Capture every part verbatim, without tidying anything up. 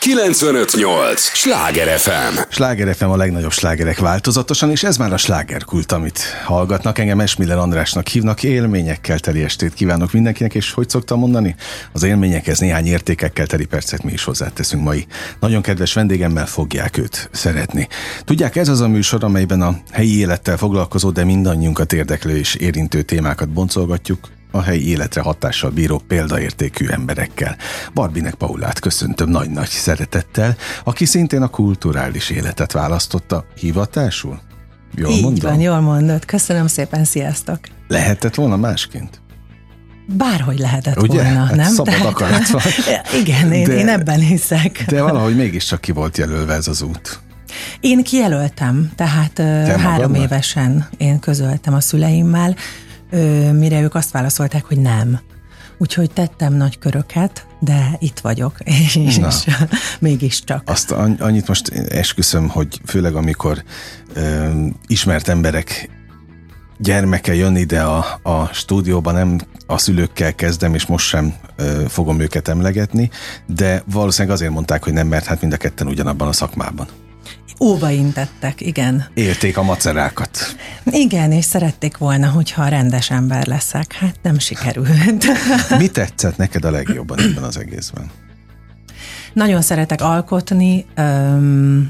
kilencvenöt nyolc Sláger ef em. Sláger ef em, a legnagyobb slágerek változatosan, és ez már a slágerkult, amit hallgatnak. Engem Esmiller Andrásnak hívnak. Élményekkel teli estét kívánok mindenkinek, és hogy szoktam mondani? Az élményekhez néhány értékekkel teli percet mi is hozzáteszünk mai. Nagyon kedves vendégemmel fogják őt szeretni. Tudják, ez az a műsor, amelyben a helyi élettel foglalkozó, de mindannyiunkat érdeklő és érintő témákat boncolgatjuk a helyi életre hatással bíró példaértékű emberekkel. Barbinek Paulát köszöntöm nagy-nagy szeretettel, aki szintén a kulturális életet választotta hivatásul. Jól Így mondom? van, jól mondod. Köszönöm szépen, sziasztok! Lehetett volna másként? Bárhogy lehetett Ugye? volna, Hát nem? szabad akarat van. Igen, én, de, én ebben hiszek. De valahogy mégiscsak ki volt jelölve ez az út. Én kijelöltem, tehát Te három magadnak? évesen én közöltem a szüleimmel, mire ők azt válaszolták, hogy nem. Úgyhogy tettem nagy köröket, de itt vagyok, és Na. mégiscsak. Azt annyit most esküszöm, hogy főleg amikor ö, ismert emberek gyermeke jön ide a, a stúdióba, nem a szülőkkel kezdem, és most sem ö, fogom őket emlegetni, de valószínűleg azért mondták, hogy nem, mert hát mind a ketten ugyanabban a szakmában. Óva intettek, igen. Élték a macerákat. Igen, és szerették volna, hogyha rendes ember leszek. Hát nem sikerült. Mi tetszett neked a legjobban ebben az egészben? Nagyon szeretek alkotni, öm,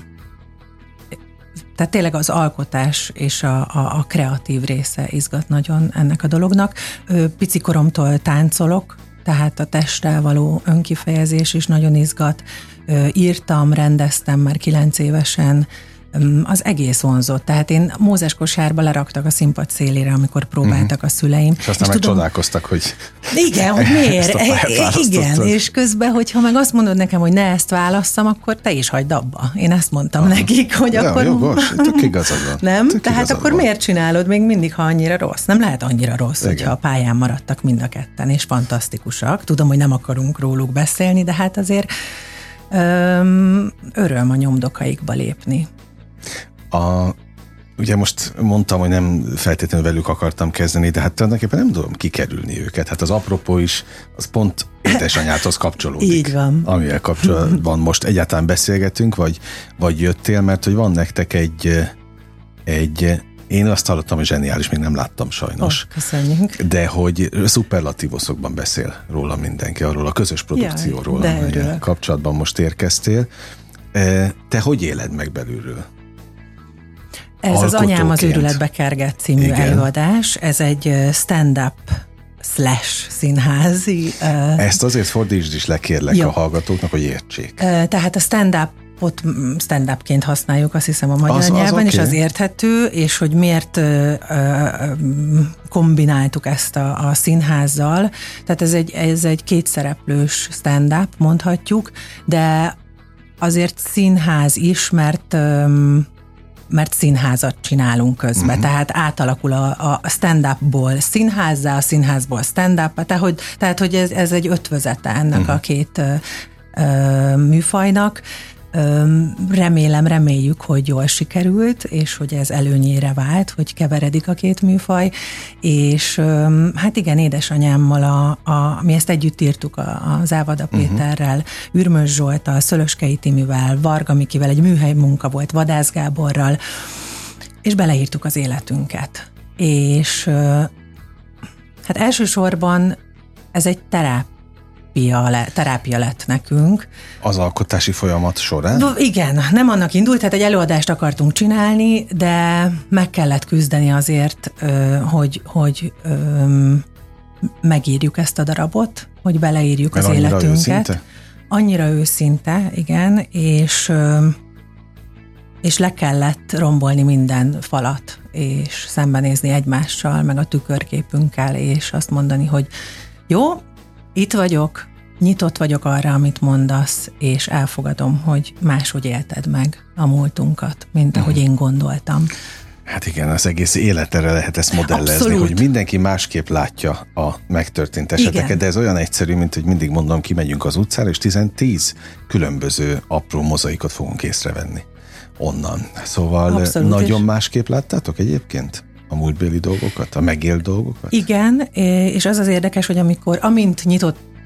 tehát tényleg az alkotás és a, a, a kreatív része izgat nagyon ennek a dolognak. Pici koromtól táncolok, tehát a testtel való önkifejezés is nagyon izgat. Írtam, rendeztem már kilenc évesen, az egész vonzott. Tehát én mózes kosárba leraktak a színpad szélére, amikor próbáltak uh-huh. a szüleim. És aztán és meg tudom, csodálkoztak, hogy igen, hogy miért? Igen, és közben, hogyha meg azt mondod nekem, hogy ne ezt válasszam, akkor te is hagyd abba. Én ezt mondtam Aha. nekik, hogy ja, akkor... Jogos, tök igazad van. Nem? Tök Tehát akkor van. Miért csinálod még mindig, ha annyira rossz? Nem lehet annyira rossz, igen. hogyha a pályán maradtak mind a ketten, és fantasztikusak. Tudom, hogy nem akarunk róluk beszélni, de hát azért öm, öröm a nyomdokaikba lépni. A, ugye most mondtam, hogy nem feltétlenül velük akartam kezdeni, de hát tulajdonképpen nem tudom kikerülni őket. Hát az apropó is, az pont édesanyádhoz kapcsolódik. Így van. Amivel kapcsolatban most egyáltalán beszélgetünk, vagy, vagy jöttél, mert hogy van nektek egy, egy én azt hallottam, hogy zseniális, még nem láttam sajnos. Oh, köszönjük. De hogy szuperlatívoszokban beszél róla mindenki, arról a közös produkcióról, Jaj, amelyel kapcsolatban most érkeztél. Te hogy éled meg belülről? Ez az Anyám az őrületbe kerget című Igen. előadás, ez egy stand-up slash színházi. Ezt azért fordítsd is le, kérlek jó. a hallgatóknak, hogy értsék. Tehát a stand-up ott stand-upként használjuk, azt hiszem a magyar az, nyelven, az okay. és az érthető, és hogy miért ö, ö, kombináltuk ezt a, a színházzal. Tehát ez egy, ez egy kétszereplős stand-up, mondhatjuk, de azért színház is, mert ö, mert színházat csinálunk közben, uh-huh. tehát átalakul a, a stand-upból színházzá, a színházból stand-up, tehát hogy, tehát, hogy ez, ez egy ötvözete ennek uh-huh. a két ö, ö, műfajnak. Ö, remélem, reméljük, hogy jól sikerült, és hogy ez előnyére vált, hogy keveredik a két műfaj, és ö, hát igen, édesanyámmal, a, a, mi ezt együtt írtuk a, az Ávada Péterrel, uh-huh. Ürmös Zsolttal, Szölöskei Timivel, Varga Mikivel, egy műhely munka volt Vadász Gáborral, és beleírtuk az életünket. És ö, hát elsősorban ez egy terápia, terápia lett nekünk. Az alkotási folyamat során? Igen, nem annak indult, tehát egy előadást akartunk csinálni, de meg kellett küzdeni azért, hogy, hogy megírjuk ezt a darabot, hogy beleírjuk Mert az annyira életünket. Őszinte? Annyira őszinte, igen, és, és le kellett rombolni minden falat, és szembenézni egymással, meg a tükörképünkkel, és azt mondani, hogy jó, itt vagyok, nyitott vagyok arra, amit mondasz, és elfogadom, hogy máshogy élted meg a múltunkat, mint ahogy én gondoltam. Hát igen, az egész életre lehet ezt modellezni, Abszolút. Hogy mindenki másképp látja a megtörtént eseteket, igen. De ez olyan egyszerű, mint hogy mindig mondom, kimegyünk az utcára, és tíz különböző apró mozaikot fogunk észrevenni onnan. Szóval Abszolút. Nagyon másképp láttátok egyébként a múltbéli dolgokat, a megélt dolgokat? Igen, és az az érdekes, hogy amikor, amint nyitott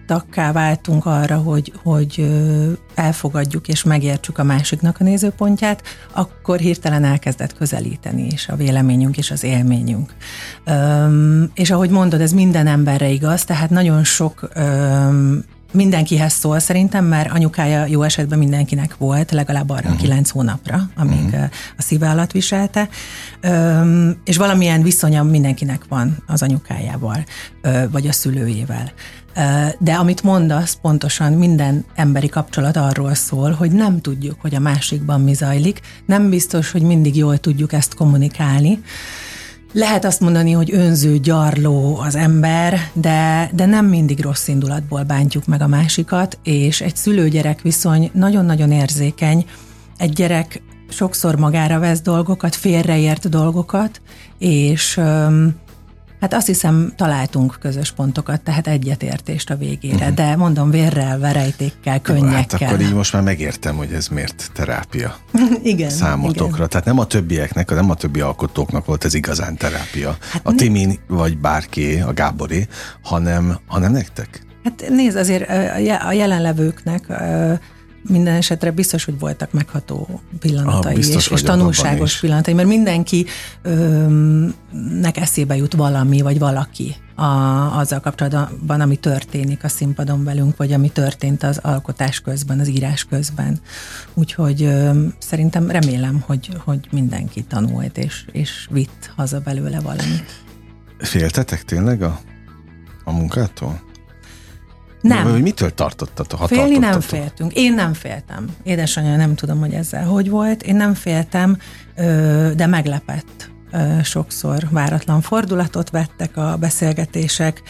nyitottakká váltunk arra, hogy, hogy elfogadjuk és megértsük a másiknak a nézőpontját, akkor hirtelen elkezdett közelíteni is a véleményünk és az élményünk. Üm, és ahogy mondod, ez minden emberre igaz, tehát nagyon sok üm, mindenkihez szól szerintem, mert anyukája jó esetben mindenkinek volt, legalább arra uh-huh. kilenc hónapra, amíg uh-huh. a szíve alatt viselte, Üm, és valamilyen viszonya mindenkinek van az anyukájával, vagy a szülőjével. De amit mondasz, pontosan minden emberi kapcsolat arról szól, hogy nem tudjuk, hogy a másikban mi zajlik, nem biztos, hogy mindig jól tudjuk ezt kommunikálni. Lehet azt mondani, hogy önző, gyarló az ember, de, de nem mindig rossz indulatból bántjuk meg a másikat, és egy szülő-gyerek viszony nagyon-nagyon érzékeny. Egy gyerek sokszor magára vesz dolgokat, félreért dolgokat, és hát azt hiszem találtunk közös pontokat, tehát egyetértést a végére, uh-huh. de mondom vérrel, verejtékkel, könnyekkel. Hát akkor így most már megértem, hogy ez miért terápia igen, számotokra. Igen. Tehát nem a többieknek, nem a többi alkotóknak volt ez igazán terápia. Hát a Timin vagy bárki, a Gáboré, hanem, hanem nektek? Hát nézd, azért a jelenlevőknek minden esetre biztos, hogy voltak megható pillanatai, ah, és, és tanulságos pillanatai, mert mindenkinek eszébe jut valami, vagy valaki a, azzal kapcsolatban, ami történik a színpadon velünk, vagy ami történt az alkotás közben, az írás közben. Úgyhogy ö, szerintem remélem, hogy, hogy mindenki tanult, és, és vitt haza belőle valamit. Féltetek tényleg a, a munkától? Nem. Vagy mitől tartottatok? Ha Félni nem féltünk. Én nem féltem. Édesanyja, nem tudom, hogy ezzel hogy volt. Én nem féltem, de meglepett sokszor. Váratlan fordulatot vettek a beszélgetések,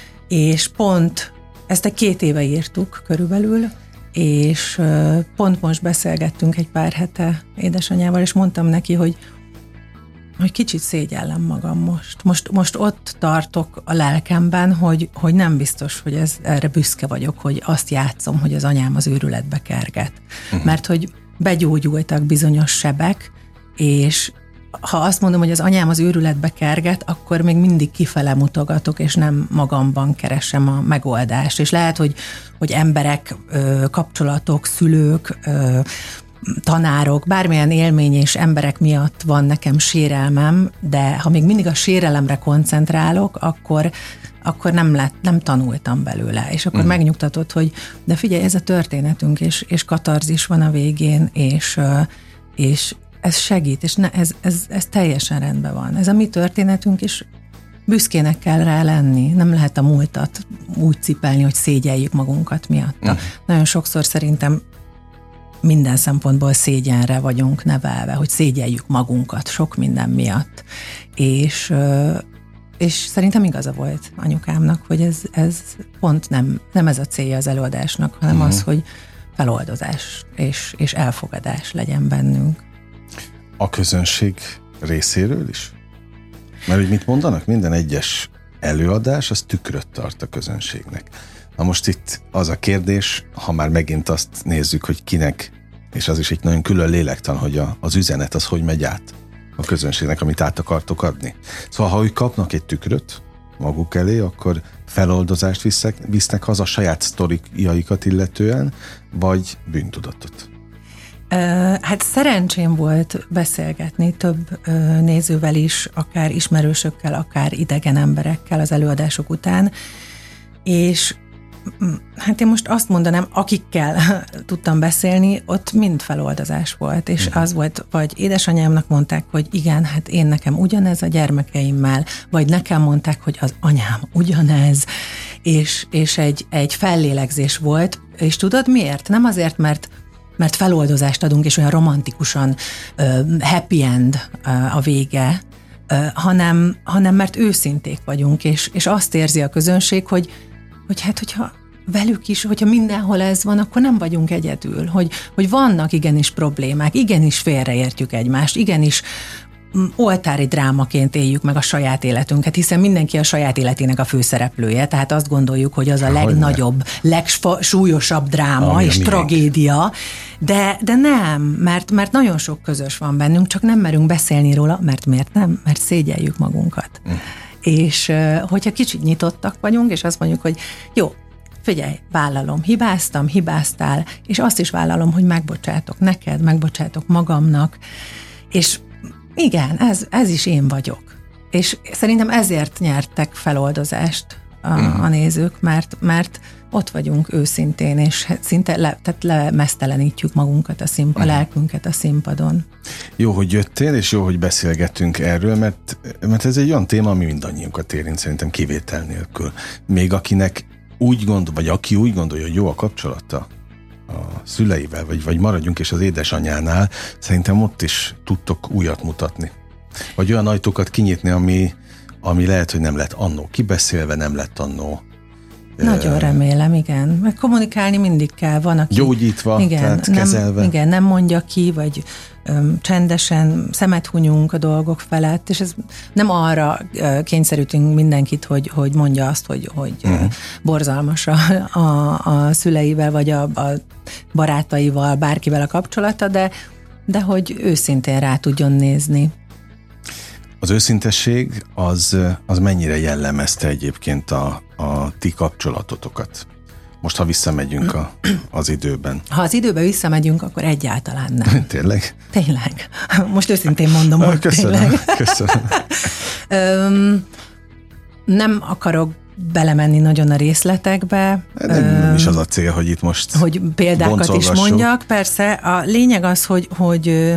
és pont ezt egy két éve írtuk körülbelül, és pont most beszélgettünk egy pár hete édesanyjával, és mondtam neki, hogy hogy kicsit szégyellem magam most. Most, most ott tartok a lelkemben, hogy, hogy nem biztos, hogy ez, erre büszke vagyok, hogy azt játszom, hogy az anyám az őrületbe kerget. Uh-huh. Mert hogy begyógyultak bizonyos sebek, és ha azt mondom, hogy az anyám az őrületbe kerget, akkor még mindig kifele mutogatok, és nem magamban keresem a megoldást. És lehet, hogy, hogy emberek, kapcsolatok, szülők, tanárok, bármilyen élmény és emberek miatt van nekem sérelmem, de ha még mindig a sérelemre koncentrálok, akkor, akkor nem, lett, nem tanultam belőle. És akkor mm. megnyugtatott, hogy de figyelj, ez a történetünk, és, és katarzis van a végén, és, és ez segít, és ne, ez, ez, ez teljesen rendben van. Ez a mi történetünk, és büszkének kell rá lenni. Nem lehet a múltat úgy cipelni, hogy szégyeljük magunkat miatta. Mm. Nagyon sokszor szerintem minden szempontból szégyenre vagyunk nevelve, hogy szégyeljük magunkat sok minden miatt. És, és szerintem igaza volt anyukámnak, hogy ez, ez pont nem, nem ez a célja az előadásnak, hanem uh-huh. az, hogy feloldozás és, és elfogadás legyen bennünk. A közönség részéről is? Mert hogy mit mondanak? Minden egyes előadás, az tükröt tart a közönségnek. Na most itt az a kérdés, ha már megint azt nézzük, hogy kinek, és az is egy nagyon külön lélektan, hogy a, az üzenet az hogy megy át a közönségnek, amit át akartok adni. Szóval, ha ők kapnak egy tükröt maguk elé, akkor feloldozást visznek, visznek haza saját sztoriaikat illetően, vagy bűntudatot? Hát szerencsém volt beszélgetni több nézővel is, akár ismerősökkel, akár idegen emberekkel az előadások után, és hát én most azt mondanám, akikkel tudtam beszélni, ott mind feloldozás volt, és az volt, vagy édesanyámnak mondták, hogy igen, hát én nekem ugyanez a gyermekeimmel, vagy nekem mondták, hogy az anyám ugyanez, és, és egy, egy fellélegzés volt, és tudod miért? Nem azért, mert mert feloldozást adunk, és olyan romantikusan uh, happy end uh, a vége, uh, hanem, hanem mert őszinték vagyunk, és, és azt érzi a közönség, hogy, hogy hát, hogyha velük is, hogyha mindenhol ez van, akkor nem vagyunk egyedül, hogy, hogy vannak igenis problémák, igenis félreértjük egymást, igenis oltári drámaként éljük meg a saját életünket, hiszen mindenki a saját életének a főszereplője, tehát azt gondoljuk, hogy az a legnagyobb, legsúlyosabb dráma Ami és tragédia, de, de nem, mert, mert nagyon sok közös van bennünk, csak nem merünk beszélni róla, mert miért nem? Mert szégyeljük magunkat. Mm. És hogyha kicsit nyitottak vagyunk, és azt mondjuk, hogy jó, figyelj, vállalom, hibáztam, hibáztál, és azt is vállalom, hogy megbocsátok neked, megbocsátok magamnak, és igen, ez, ez is én vagyok. És szerintem ezért nyertek feloldozást a, uh-huh. a nézők, mert, mert ott vagyunk őszintén, és szinte le, tehát lemeztelenítjük magunkat, a, színpad, uh-huh. a lelkünket a színpadon. Jó, hogy jöttél, és jó, hogy beszélgettünk erről, mert, mert ez egy olyan téma, ami mindannyiunkat érint, szerintem kivétel nélkül. Még akinek úgy gondol, vagy aki úgy gondolja, hogy jó a kapcsolata a szüleivel, vagy, vagy maradjunk is az édesanyánál, szerintem ott is tudtok újat mutatni. Vagy olyan ajtókat kinyitni, ami, ami lehet, hogy nem lett annó kibeszélve, nem lett annó Nagyon uh, remélem, igen. Meg kommunikálni mindig kell. Van, aki gyógyítva, igen, tehát nem, kezelve. Igen, nem mondja ki, vagy um, csendesen szemet hunyunk a dolgok felett, és ez nem arra uh, kényszerítünk mindenkit, hogy, hogy mondja azt, hogy, hogy uh-huh. uh, borzalmas a, a, a szüleivel, vagy a, a barátaival, bárkivel a kapcsolata, de, de hogy őszintén rá tudjon nézni. Az őszintesség az, az mennyire jellemezte egyébként a, a ti kapcsolatotokat? Most, ha visszamegyünk a, az időben. Ha az időben visszamegyünk, akkor egyáltalán nem. Tényleg? Tényleg. Most őszintén mondom, hogy köszönöm, tényleg. Köszönöm. Öm, nem akarok belemenni nagyon a részletekbe. Nem öm, is az a cél, hogy itt most hogy példákat is mondjak. Persze, a lényeg az, hogy, hogy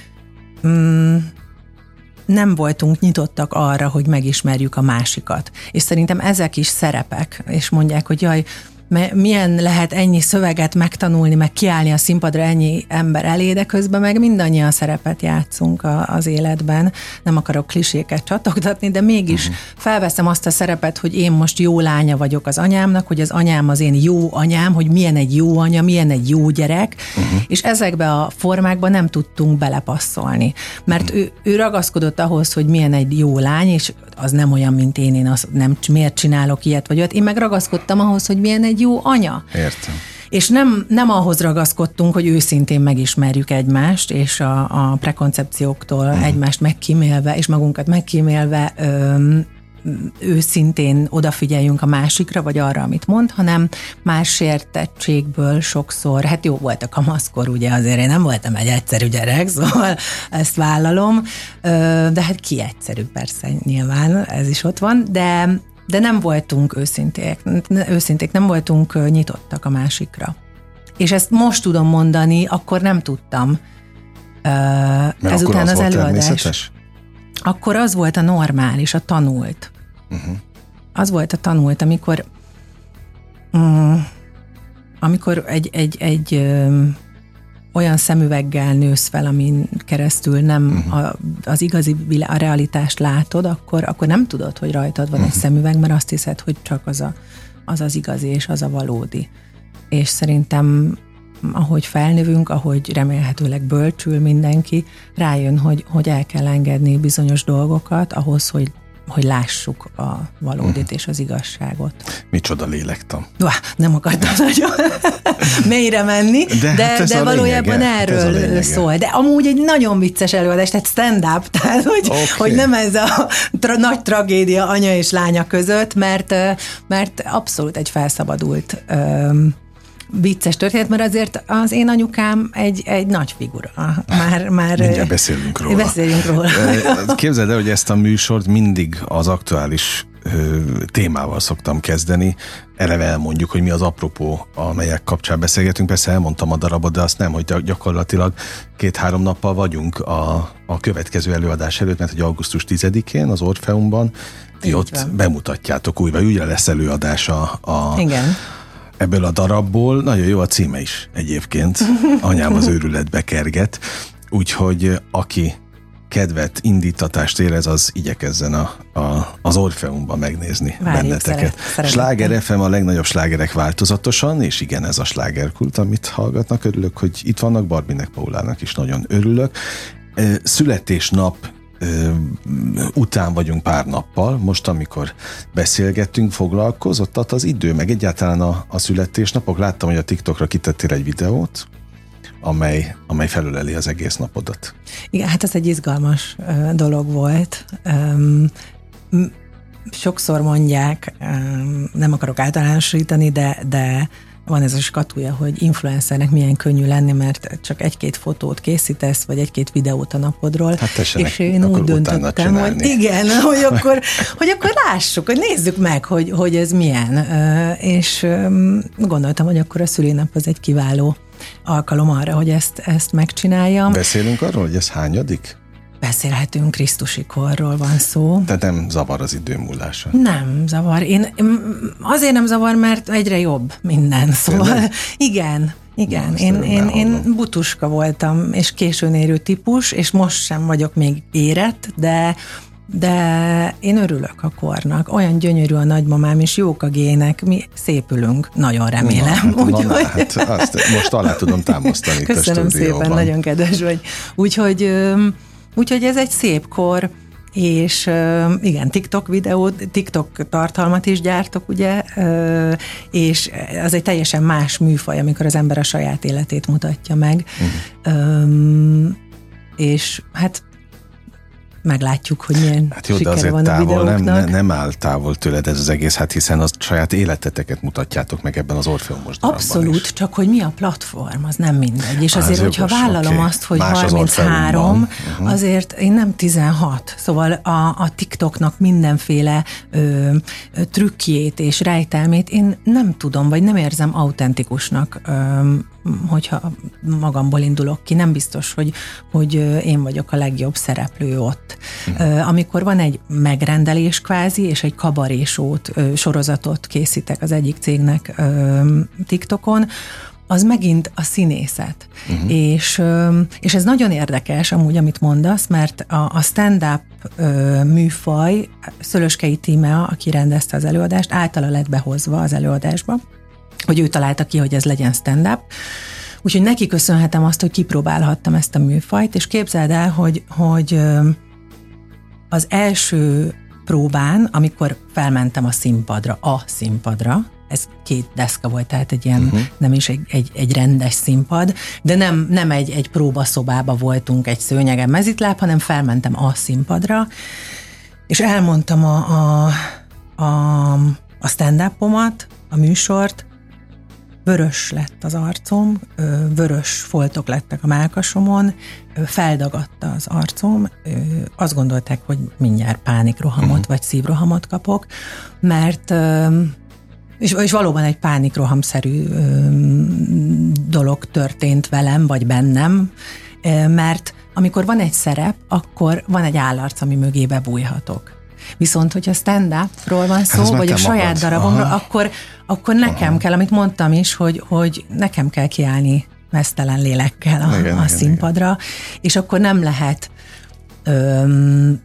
öm, nem voltunk nyitottak arra, hogy megismerjük a másikat. És szerintem ezek is szerepek, és mondják, hogy jaj, milyen lehet ennyi szöveget megtanulni, meg kiállni a színpadra ennyi ember elé, de közben meg mindannyian szerepet játszunk a, az életben. Nem akarok kliséket csatogtatni, de mégis uh-huh. felveszem azt a szerepet, hogy én most jó lánya vagyok az anyámnak, hogy az anyám az én jó anyám, hogy milyen egy jó anya, milyen egy jó gyerek, uh-huh. és ezekbe a formákba nem tudtunk belepasszolni. Mert uh-huh. ő, ő ragaszkodott ahhoz, hogy milyen egy jó lány, és az nem olyan, mint én, én azt nem, miért csinálok ilyet vagy olyat. Én meg ragaszkodtam ahhoz, hogy milyen egy jó anya. Értem. És nem, nem ahhoz ragaszkodtunk, hogy őszintén megismerjük egymást, és a, a prekoncepcióktól uh-huh. egymást megkímélve, és magunkat megkímélve öm, őszintén odafigyeljünk a másikra, vagy arra, amit mond, hanem más sértettségből sokszor, hát jó volt a kamaszkor, ugye azért én nem voltam egy egyszerű gyerek, szóval ezt vállalom, de hát ki egyszerű, persze, nyilván ez is ott van, de de nem voltunk őszinték, őszinték, nem voltunk nyitottak a másikra. És ezt most tudom mondani, akkor nem tudtam. Mert ezután az, az előadás. Akkor az volt a normális, a tanult. Uh-huh. Az volt a tanult, amikor um, amikor egy, egy, egy um, olyan szemüveggel nősz fel, amin keresztül nem uh-huh. a, az igazi vilá, a realitást látod, akkor, akkor nem tudod, hogy rajtad van uh-huh. egy szemüveg, mert azt hiszed, hogy csak az, a, az az igazi és az a valódi. És szerintem ahogy felnövünk, ahogy remélhetőleg bölcsül mindenki, rájön, hogy, hogy el kell engedni bizonyos dolgokat ahhoz, hogy hogy lássuk a valódit uh-huh. és az igazságot. Micsoda lélektan. Uá, nem akartam nagyon mélyre menni, de, de, hát de valójában lényege. Erről hát szól. De amúgy egy nagyon vicces előadás, tehát stand-up, tehát hogy, okay. hogy nem ez a tra- nagy tragédia anya és lánya között, mert, mert abszolút egy felszabadult um, vicces történet, mert azért az én anyukám egy, egy nagy figura. Már, már mindjárt beszélünk róla. Beszéljünk róla. Képzeld el, hogy ezt a műsort mindig az aktuális ö, témával szoktam kezdeni. Eleve elmondjuk, hogy mi az apropó, amelyek kapcsán beszélgetünk. Persze elmondtam a darabot, de azt nem, hogy gyakorlatilag két-három nappal vagyunk a, a következő előadás előtt, mert hogy augusztus tizedikén az Orfeumban ti ott van. Bemutatjátok újra, újra lesz előadás a, a Igen. ebből a darabból. Nagyon jó a címe is egyébként. Anyám az őrületbe kerget. Úgyhogy aki kedvet, indítatást érez, az igyekezzen a, a, az Orfeumban megnézni Várjuk benneteket. Sláger ef em a legnagyobb slágerek változatosan, és igen, ez a slágerkult, amit hallgatnak. Örülök, hogy itt vannak. Barbinek, Paulának is nagyon örülök. Születésnap után vagyunk pár nappal, most amikor beszélgettünk, foglalkozott az idő, meg egyáltalán a, a születésnapok. Láttam, hogy a TikTokra kitettél egy videót, amely, amely felöleli az egész napodat. Igen, hát ez egy izgalmas uh, dolog volt. Um, sokszor mondják, nem akarok általánosítani, de, de van ez a skatúja, hogy influencernek milyen könnyű lenni, mert csak egy-két fotót készítesz, vagy egy-két videót a napodról. Hát tessenek, és én úgy döntöttem, hogy igen, hogy akkor, hogy akkor lássuk, hogy nézzük meg, hogy, hogy ez milyen. És gondoltam, hogy akkor a szülinap az egy kiváló alkalom arra, hogy ezt, ezt megcsináljam. Beszélünk arról, hogy ez hányadik? Beszélhetünk, krisztusi korról van szó. Tehát nem zavar az idő múlása? Nem zavar. Én azért nem zavar, mert egyre jobb minden. Szóval Tényleg? igen, igen. Na, én, én, én butuska voltam, és későn érő típus, és most sem vagyok még érett, de de én örülök a kornak. Olyan gyönyörű a nagymamám, és jók a gének, mi szépülünk, nagyon remélem. Na, úgy, na, hogy... hát azt most alá tudom támasztani. Köszönöm szépen, nagyon kedves vagy. Úgyhogy, úgyhogy ez egy szép kor, és igen, TikTok videó, TikTok tartalmat is gyártok, ugye, és az egy teljesen más műfaj, amikor az ember a saját életét mutatja meg. Uh-huh. És hát meglátjuk, hogy milyen hát jó, sikere de van a videóknak. Nem, nem, nem áll távol tőled ez az egész, hát hiszen az saját életeteket mutatjátok meg ebben az Orfeumos darabban. Abszolút, is. Csak hogy mi a platform, az nem mindegy. És azért, az hogyha jogos, vállalom okay. azt, hogy Más harminchárom, uh-huh. azért én nem tizenhat. Szóval a, a TikToknak mindenféle ö, ö, trükkjét és rejtelmét én nem tudom, vagy nem érzem autentikusnak, ö, hogyha magamból indulok ki, nem biztos, hogy, hogy én vagyok a legjobb szereplő ott. Uh-huh. Amikor van egy megrendelés kvázi, és egy kabarésót, sorozatot készítek az egyik cégnek TikTokon, az megint a színészet. Uh-huh. És, és ez nagyon érdekes amúgy, amit mondasz, mert a, a stand-up műfaj, Szölöskei Tímea, aki rendezte az előadást, általa lett behozva az előadásba, hogy ő találta ki, hogy ez legyen stand-up. Úgyhogy neki köszönhetem azt, hogy kipróbálhattam ezt a műfajt, és képzeld el, hogy, hogy az első próbán, amikor felmentem a színpadra, a színpadra, ez két deszka volt, tehát egy ilyen, uh-huh. nem is egy, egy, egy rendes színpad, de nem, nem egy, egy próbaszobába voltunk egy szőnyegen mezitláb, hanem felmentem a színpadra, és elmondtam a, a, a, a stand-upomat, a műsort, vörös lett az arcom, vörös foltok lettek a mellkasomon, feldagadta az arcom, azt gondolták, hogy mindjárt pánikrohamot uh-huh. vagy szívrohamot kapok, mert és, és valóban egy pánikrohamszerű dolog történt velem, vagy bennem, mert amikor van egy szerep, akkor van egy állarc, ami mögé bebújhatok. Viszont, hogyha stand-upról van szó, vagy a saját darabomról, akkor, akkor nekem Aha. kell, amit mondtam is, hogy, hogy nekem kell kiállni meztelen lélekkel a, igen, a igen, színpadra, igen. És akkor nem lehet öm,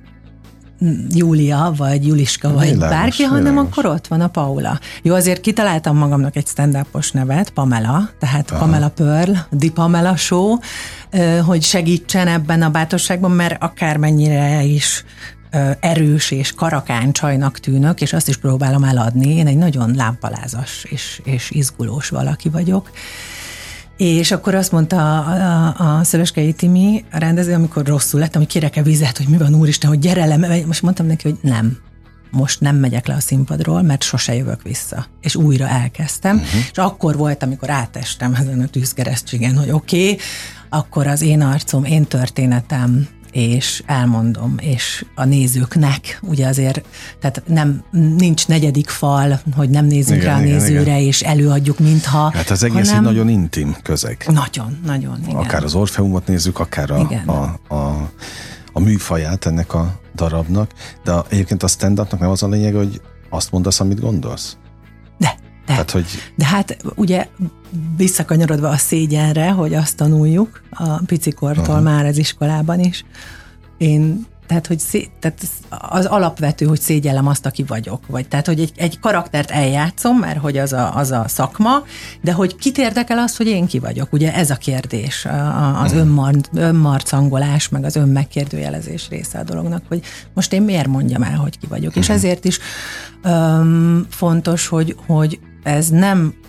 Júlia, vagy Juliska, vagy világos, bárki, hanem világos. Akkor ott van a Paula. Jó, azért kitaláltam magamnak egy stand-upos nevet, Pamela, tehát Aha. Pamela Pearl, The Pamela Show, hogy segítsen ebben a bátorságban, mert akármennyire is erős és karakán csajnak tűnök, és azt is próbálom eladni. Én egy nagyon lámpalázas és, és izgulós valaki vagyok. És akkor azt mondta a, a, a Szölöskei Timi, a rendező, amikor rosszul lettem, hogy kérek-e vizet, hogy mi van, úristen, hogy gyere le. Most mondtam neki, hogy nem. Most nem megyek le a színpadról, mert sose jövök vissza. És újra elkezdtem. Uh-huh. És akkor volt, amikor átestem ezen a tűzkeresztségen, hogy oké, okay, akkor az én arcom, én történetem, és elmondom, és a nézőknek, ugye azért, tehát nem, nincs negyedik fal, hogy nem nézünk igen, rá a nézőre, igen. és előadjuk, mintha... Hát az egész hanem... egy nagyon intim közeg. Nagyon, nagyon, igen. Akár az Orfeumot nézzük, akár a, a, a, a műfaját ennek a darabnak, de egyébként a stand-upnak nem az a lényeg, hogy azt mondasz, amit gondolsz? De, de. Tehát, hogy... de hát ugye visszakanyarodva a szégyenre, hogy azt tanuljuk a picikortól Aha. már az iskolában is. Én, tehát, hogy szé, tehát az alapvető, hogy szégyellem azt, aki vagyok. Vagy, tehát, hogy egy, egy karaktert eljátszom, mert hogy az a, az a szakma, de hogy kit érdekel az, hogy én ki vagyok. Ugye ez a kérdés, az önmar, önmarcangolás, meg az önmegkérdőjelezés része a dolognak, hogy most én miért mondjam el, hogy ki vagyok. És ezért is öm, fontos, hogy, hogy ez nem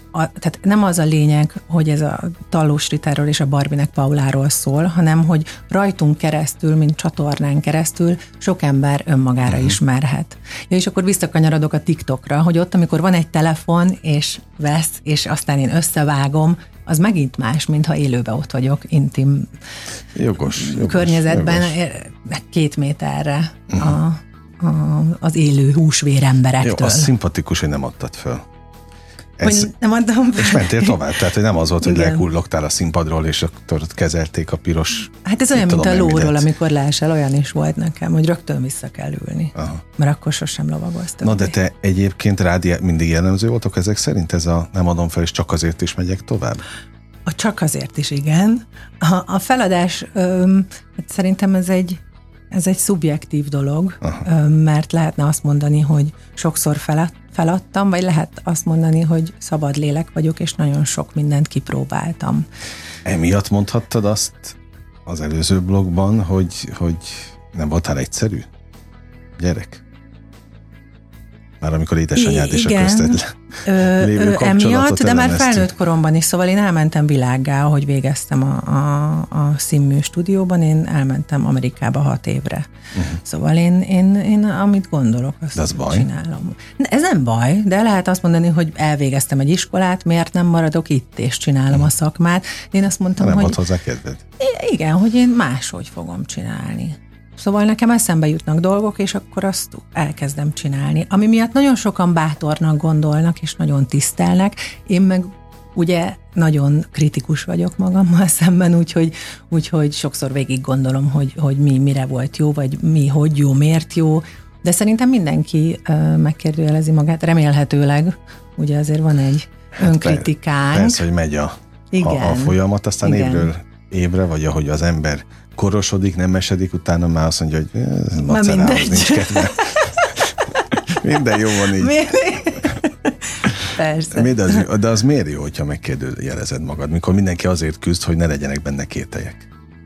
a, tehát nem az a lényeg, hogy ez a Tallós Ritáról és a Barbinek Pauláról szól, hanem hogy rajtunk keresztül, mint csatornán keresztül sok ember önmagára uh-huh. ismerhet. Ja, és akkor visszakanyarodok a TikTokra, hogy ott, amikor van egy telefon, és vesz, és aztán én összevágom, az megint más, mintha élőben ott vagyok, intim jogos, jogos, környezetben, jogos. Két méterre uh-huh. a, a, az élő húsvér emberektől. Jó, az szimpatikus, hogy nem adtad föl. Ez, hogy nem adtam fel. És mentél tovább, tehát hogy nem az volt, hogy lekullogtál a színpadról, és akkor kezelték a piros... Hát ez olyan, mint a lóról, amikor leesel, olyan is volt nekem, hogy rögtön vissza kell ülni. Aha. Mert akkor sosem lovagoztam. Na de te egyébként rád mindig jellemző voltok ezek szerint? Ez a nem adom fel, és csak azért is megyek tovább? A csak azért is, igen. A, a feladás, öm, hát szerintem ez egy Ez egy szubjektív dolog, Aha. mert lehetne azt mondani, hogy sokszor felad, feladtam, vagy lehet azt mondani, hogy szabad lélek vagyok, és nagyon sok mindent kipróbáltam. Emiatt mondhattad azt az előző blogban, hogy, hogy nem voltál egyszerű gyerek? Már amikor édesanyád és a közted lévő kapcsolatot de már felnőtt koromban is, szóval én elmentem világgá, ahogy végeztem a, a, a színmű stúdióban, én elmentem Amerikába hat évre. Uh-huh. Szóval én, én, én amit gondolok, azt de az baj? Csinálom. Ez nem baj, de lehet azt mondani, hogy elvégeztem egy iskolát, miért nem maradok itt, és csinálom uh-huh. a szakmát. Én azt mondtam, nem hogy... volt hozzá kedved? Igen, hogy én máshogy fogom csinálni. Szóval nekem eszembe jutnak dolgok, és akkor azt elkezdem csinálni. Ami miatt nagyon sokan bátornak gondolnak, és nagyon tisztelnek. Én meg ugye nagyon kritikus vagyok magammal szemben, úgyhogy, úgyhogy sokszor végig gondolom, hogy, hogy mi mire volt jó, vagy mi hogy jó, miért jó. De szerintem mindenki uh, megkérdőjelezi magát, remélhetőleg. Ugye azért van egy hát önkritikánk. Persze, hogy megy a, a, a folyamat, aztán Igen. évről évre, vagy ahogy az ember korosodik, nem esedik, utána már azt mondja, hogy ez macerához nincs kedve. Minden jó van így. Persze. De az, de az miért jó, hogyha megkérdőjelezed magad, mikor mindenki azért küzd, hogy ne legyenek benne kételyek?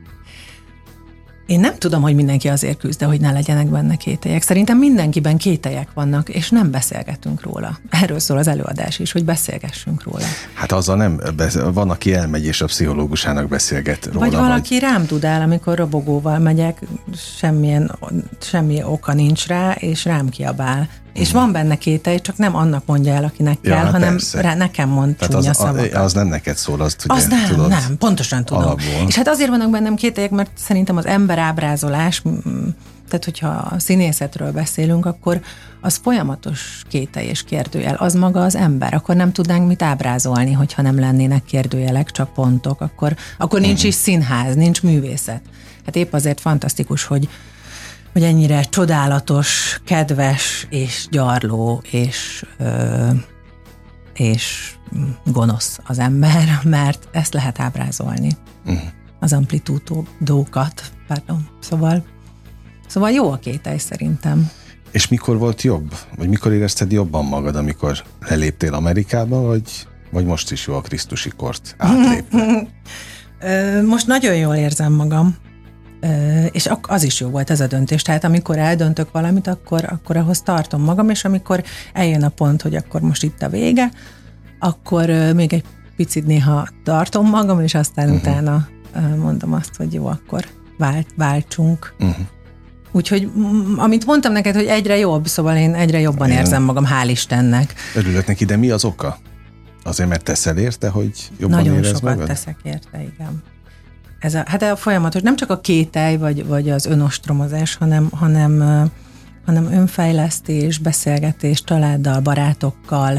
Én nem tudom, hogy mindenki azért küzd, de hogy ne legyenek benne kételyek. Szerintem mindenkiben kételyek vannak, és nem beszélgetünk róla. Erről szól az előadás is, hogy beszélgessünk róla. Hát azzal nem, van, aki elmegy, és a pszichológusának beszélget róla. Vagy valaki vagy... rám dudál, amikor robogóval megyek, semmilyen, semmi oka nincs rá, és rám kiabál. És van benne kételj, csak nem annak mondja el, akinek ja, kell, hanem rá nekem mond tehát csúnya az, szavakat. Az nem neked szól, azt ugye, az nem, tudod, nem, pontosan tudom. Alapból. És hát azért vannak bennem kételyek, mert szerintem az emberábrázolás, tehát hogyha a színészetről beszélünk, akkor az folyamatos kételj és kérdőjel. Az maga az ember, akkor nem tudnánk mit ábrázolni, hogyha nem lennének kérdőjelek, csak pontok, akkor, akkor nincs uh-huh. is színház, nincs művészet. Hát épp azért fantasztikus, hogy hogy ennyire csodálatos, kedves és gyarló és, ö, és gonosz az ember, mert ezt lehet ábrázolni. Uh-huh. Az amplitúdókat, pardon. Szóval, szóval jó a kételj szerintem. És mikor volt jobb? Vagy mikor érezted jobban magad, amikor leléptél Amerikába, vagy, vagy most is jó a krisztusi kort átlépve? Most nagyon jól érzem magam. És az is jó volt ez a döntés, tehát amikor eldöntök valamit, akkor, akkor ahhoz tartom magam, és amikor eljön a pont, hogy akkor most itt a vége, akkor még egy picit néha tartom magam, és aztán uh-huh. utána mondom azt, hogy jó, akkor vált, váltsunk. Uh-huh. Úgyhogy amit mondtam neked, hogy egyre jobb, szóval én egyre jobban én érzem magam, hál' Istennek. Örülök neki, de mi az oka? Azért, mert teszel érte, hogy jobban Nagyon érez sokat magad? teszek érte, igen. Ez a, hát a folyamatos, nem csak a kételj, vagy, vagy az önostromozás, hanem, hanem, hanem önfejlesztés, beszélgetés családdal, barátokkal,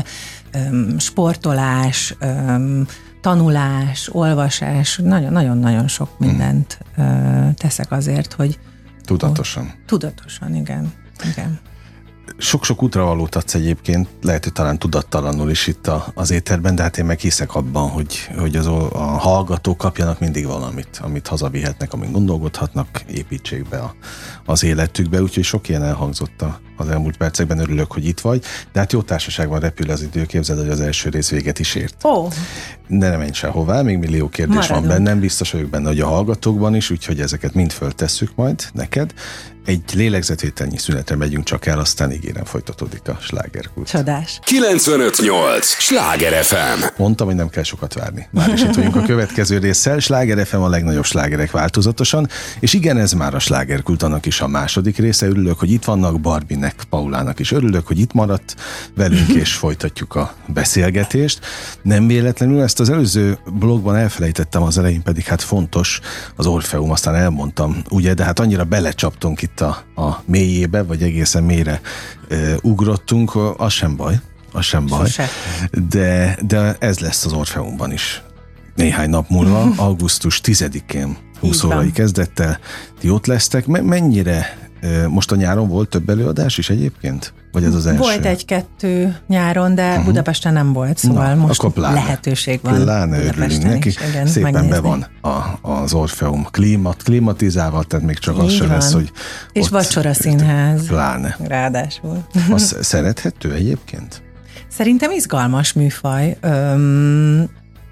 sportolás, tanulás, olvasás, nagyon-nagyon sok mindent teszek azért, hogy... Tudatosan. Hogy, tudatosan, igen. igen. Sok-sok útravalót adsz egyébként, lehet, hogy talán tudattalanul is itt a, az éterben, de hát én meg hiszek abban, hogy, hogy az, a hallgatók kapjanak mindig valamit, amit hazavihetnek, amin gondolkodhatnak, építsék be a, az életükbe, úgyhogy sok ilyen elhangzott a az elmúlt percekben, örülök, hogy itt vagy, de hát jó társaságban repül az idő, képzeld, hogy az első rész véget is ért. Ó. Oh. De nem menj sehová, még millió kérdés Maradunk. van bennem, biztos vagyok benne, hogy a hallgatókban is, úgyhogy ezeket mind föltesszük majd neked. Egy lélegzetvételnyi szünetre megyünk csak el, aztán ígérem folytatódik a slágerkult. Csodás. kilencvenöt nyolc Sláger ef em. Mondtam, hogy nem kell sokat várni. Már is itt vagyunk a következő résszel. Sláger ef em, a legnagyobb slágerek változatosan, és igen, ez már a slágerkult, annak is a második része. Örülök, hogy itt vannak, Barbinek, Paulának is örülök, hogy itt maradt velünk, és folytatjuk a beszélgetést. Nem véletlenül, ezt az előző blogban elfelejtettem, az elején pedig hát fontos, az Orfeum, aztán elmondtam, ugye, de hát annyira belecsaptunk itt a, a mélyébe, vagy egészen mélyre e, ugrottunk, az sem baj, az sem baj. De, de ez lesz az Orfeumban is néhány nap múlva, augusztus tizedikén húsz órai kezdettel ti ott lesztek. Mennyire, e, most a nyáron volt több előadás is egyébként? Vagy ez az első? Volt egy-kettő nyáron, de uh-huh. Budapesten nem volt, szóval Na, most pláne, lehetőség van. Pláne örülünk neki. Is, igen, szépen megnézni. Be van a, az Orfeum klímat, klimatizálva, tehát még csak az sem lesz, hogy és vacsora színház. Pláne. Ráadásul. Az szerethető egyébként? Szerintem izgalmas műfaj. Öm,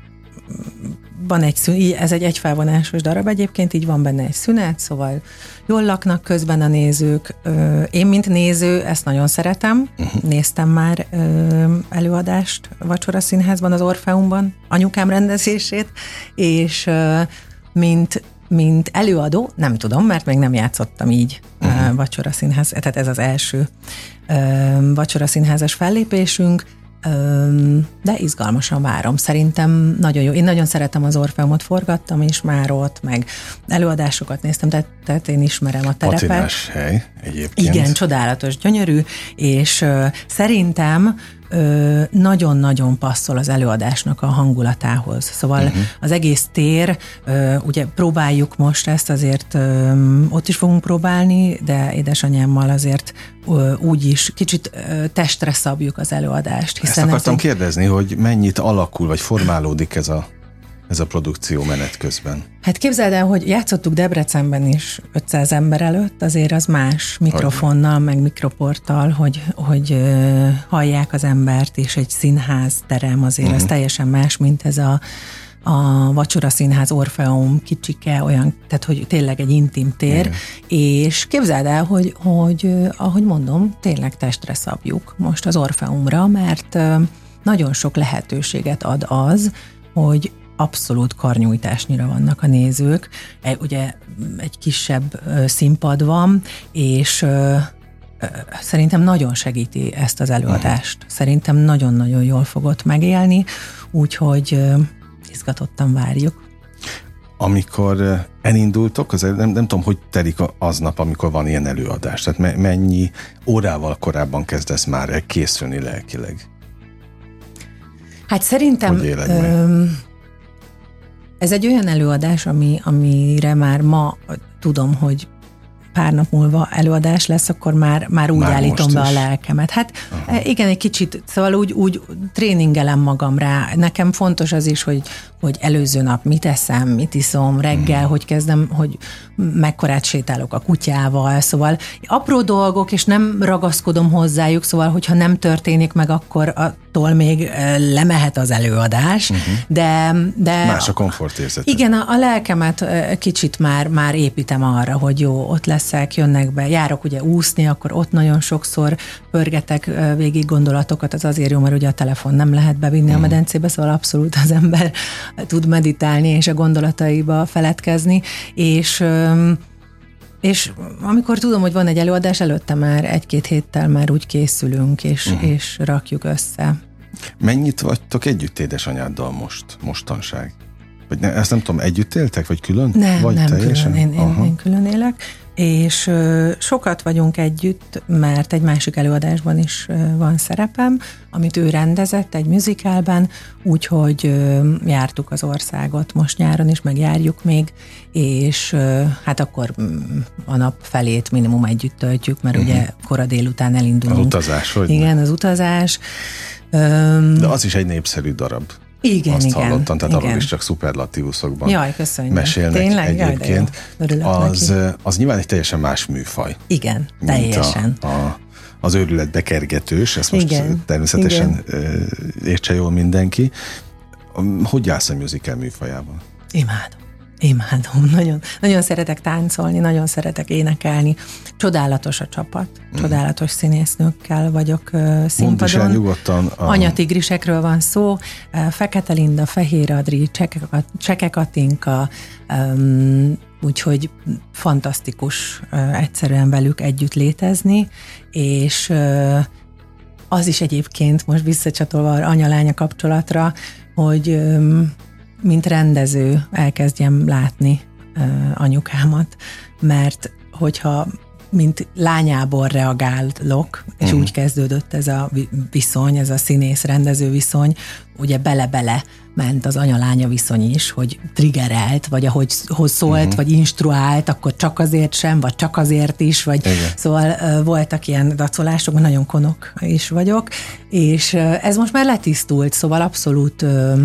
van egy szünet, ez egy egyfelvonásos darab egyébként, így van benne egy szünet, szóval jól laknak közben a nézők. Én, mint néző, ezt nagyon szeretem. Uh-huh. Néztem már előadást Vacsora Színházban, az Orfeumban, anyukám rendezését, és mint, mint előadó, nem tudom, mert még nem játszottam így uh-huh. Vacsora Színház, tehát ez az első Vacsora Színházas fellépésünk, de izgalmasan várom. Szerintem nagyon jó. Én nagyon szeretem az Orfeumot, forgattam is már ott, meg előadásokat néztem, tehát, tehát én ismerem a terepet. Patinás hely egyébként. Igen, csodálatos, gyönyörű, és uh, szerintem uh, nagyon-nagyon passzol az előadásnak a hangulatához. Szóval uh-huh. az egész tér, uh, ugye próbáljuk most ezt, azért um, ott is fogunk próbálni, de édesanyámmal azért uh, úgy is kicsit uh, testre szabjuk az előadást. Hiszen ezt akartam egy... kérdezni, hogy mennyit alakul, vagy formálódik ez a ez a produkció menet közben? Hát képzeld el, hogy játszottuk Debrecenben is ötszáz ember előtt, azért az más mikrofonnal, meg mikroporttal, hogy, hogy uh, hallják az embert, és egy színházterem azért uh-huh. az teljesen más, mint ez a, a Vacsora Színház Orfeum kicsike, olyan, tehát hogy tényleg egy intim tér, igen. És képzeld el, hogy, hogy uh, ahogy mondom, tényleg testre szabjuk most az Orfeumra, mert uh, nagyon sok lehetőséget ad az, hogy abszolút karnyújtásnyira vannak a nézők. Ugye egy kisebb színpad van, és szerintem nagyon segíti ezt az előadást. Szerintem nagyon-nagyon jól fogott megélni, úgyhogy izgatottan várjuk. Amikor elindultok, az nem, nem tudom, hogy telik aznap, amikor van ilyen előadás. Tehát mennyi órával korábban kezdesz már el készülni lelkileg? Hát szerintem... Ez egy olyan előadás, ami, amire már ma tudom, hogy pár nap múlva előadás lesz, akkor már, már úgy már állítom be is a lelkemet. Hát aha. igen, egy kicsit, szóval úgy, úgy tréningelem magam rá. Nekem fontos az is, hogy, hogy előző nap mit eszem, mit iszom, reggel, hmm. hogy kezdem, hogy mekkorát sétálok a kutyával, szóval apró dolgok, és nem ragaszkodom hozzájuk, szóval hogyha nem történik meg, akkor attól még lemehet az előadás, uh-huh. de, de... Más a komfortérzet. Igen, a, a lelkemet kicsit már, már építem arra, hogy jó, ott leszek, jönnek be, járok ugye úszni, akkor ott nagyon sokszor pörgetek végig gondolatokat, az azért jó, mert ugye a telefon nem lehet bevinni uh-huh. a medencébe, szóval abszolút az ember tud meditálni és a gondolataiba feledkezni, és és amikor tudom, hogy van egy előadás, előtte már egy-két héttel már úgy készülünk, és, uh-huh. és rakjuk össze. Mennyit vagytok együtt édesanyáddal most, mostanság? Vagy ne, ezt nem tudom, együtt éltek, vagy külön? Nem, vagy nem teljesen? külön, én, én, én külön élek, és ö, sokat vagyunk együtt, mert egy másik előadásban is ö, van szerepem, amit ő rendezett egy musicalben, úgyhogy ö, jártuk az országot most nyáron is, meg járjuk még, és ö, hát akkor a nap felét minimum együtt töltjük, mert uh-huh. ugye kora délután elindulunk. Az utazás, hogy? Igen, az utazás. Ö, De az is egy népszerű darab. Igen, azt igen. hallottam, tehát igen. arról is csak szuperlatívuszokban Jaj, köszönjük. mesélnek. Tényleg? Egyébként. Jaj, az, az nyilván egy teljesen más műfaj. Igen, teljesen. A, a, az őrület bekergetős, ezt most igen, természetesen igen. értse jól mindenki. Hogy állsz a musical műfajában? Imádom. Imádom, nagyon, nagyon szeretek táncolni, nagyon szeretek énekelni. Csodálatos a csapat, mm. csodálatos színésznőkkel vagyok uh, színpadon. Nyugodtan. A... Anyatigrisekről van szó, uh, Fekete Linda, Fehér Adri, Cseke Katinka, um, úgyhogy fantasztikus uh, egyszerűen velük együtt létezni, és uh, az is egyébként most visszacsatolva anya-lánya kapcsolatra, hogy um, mint rendező elkezdjem látni uh, anyukámat, mert hogyha mint lányából reagálok, és uh-huh. úgy kezdődött ez a viszony, ez a színész-rendező viszony, ugye bele-bele ment az anya-lánya viszony is, hogy triggerelt, vagy ahogy szólt, uh-huh. vagy instruált, akkor csak azért sem, vagy csak azért is, vagy igen. Szóval uh, voltak ilyen dacolások, nagyon konok is vagyok, és uh, ez most már letisztult, szóval abszolút uh,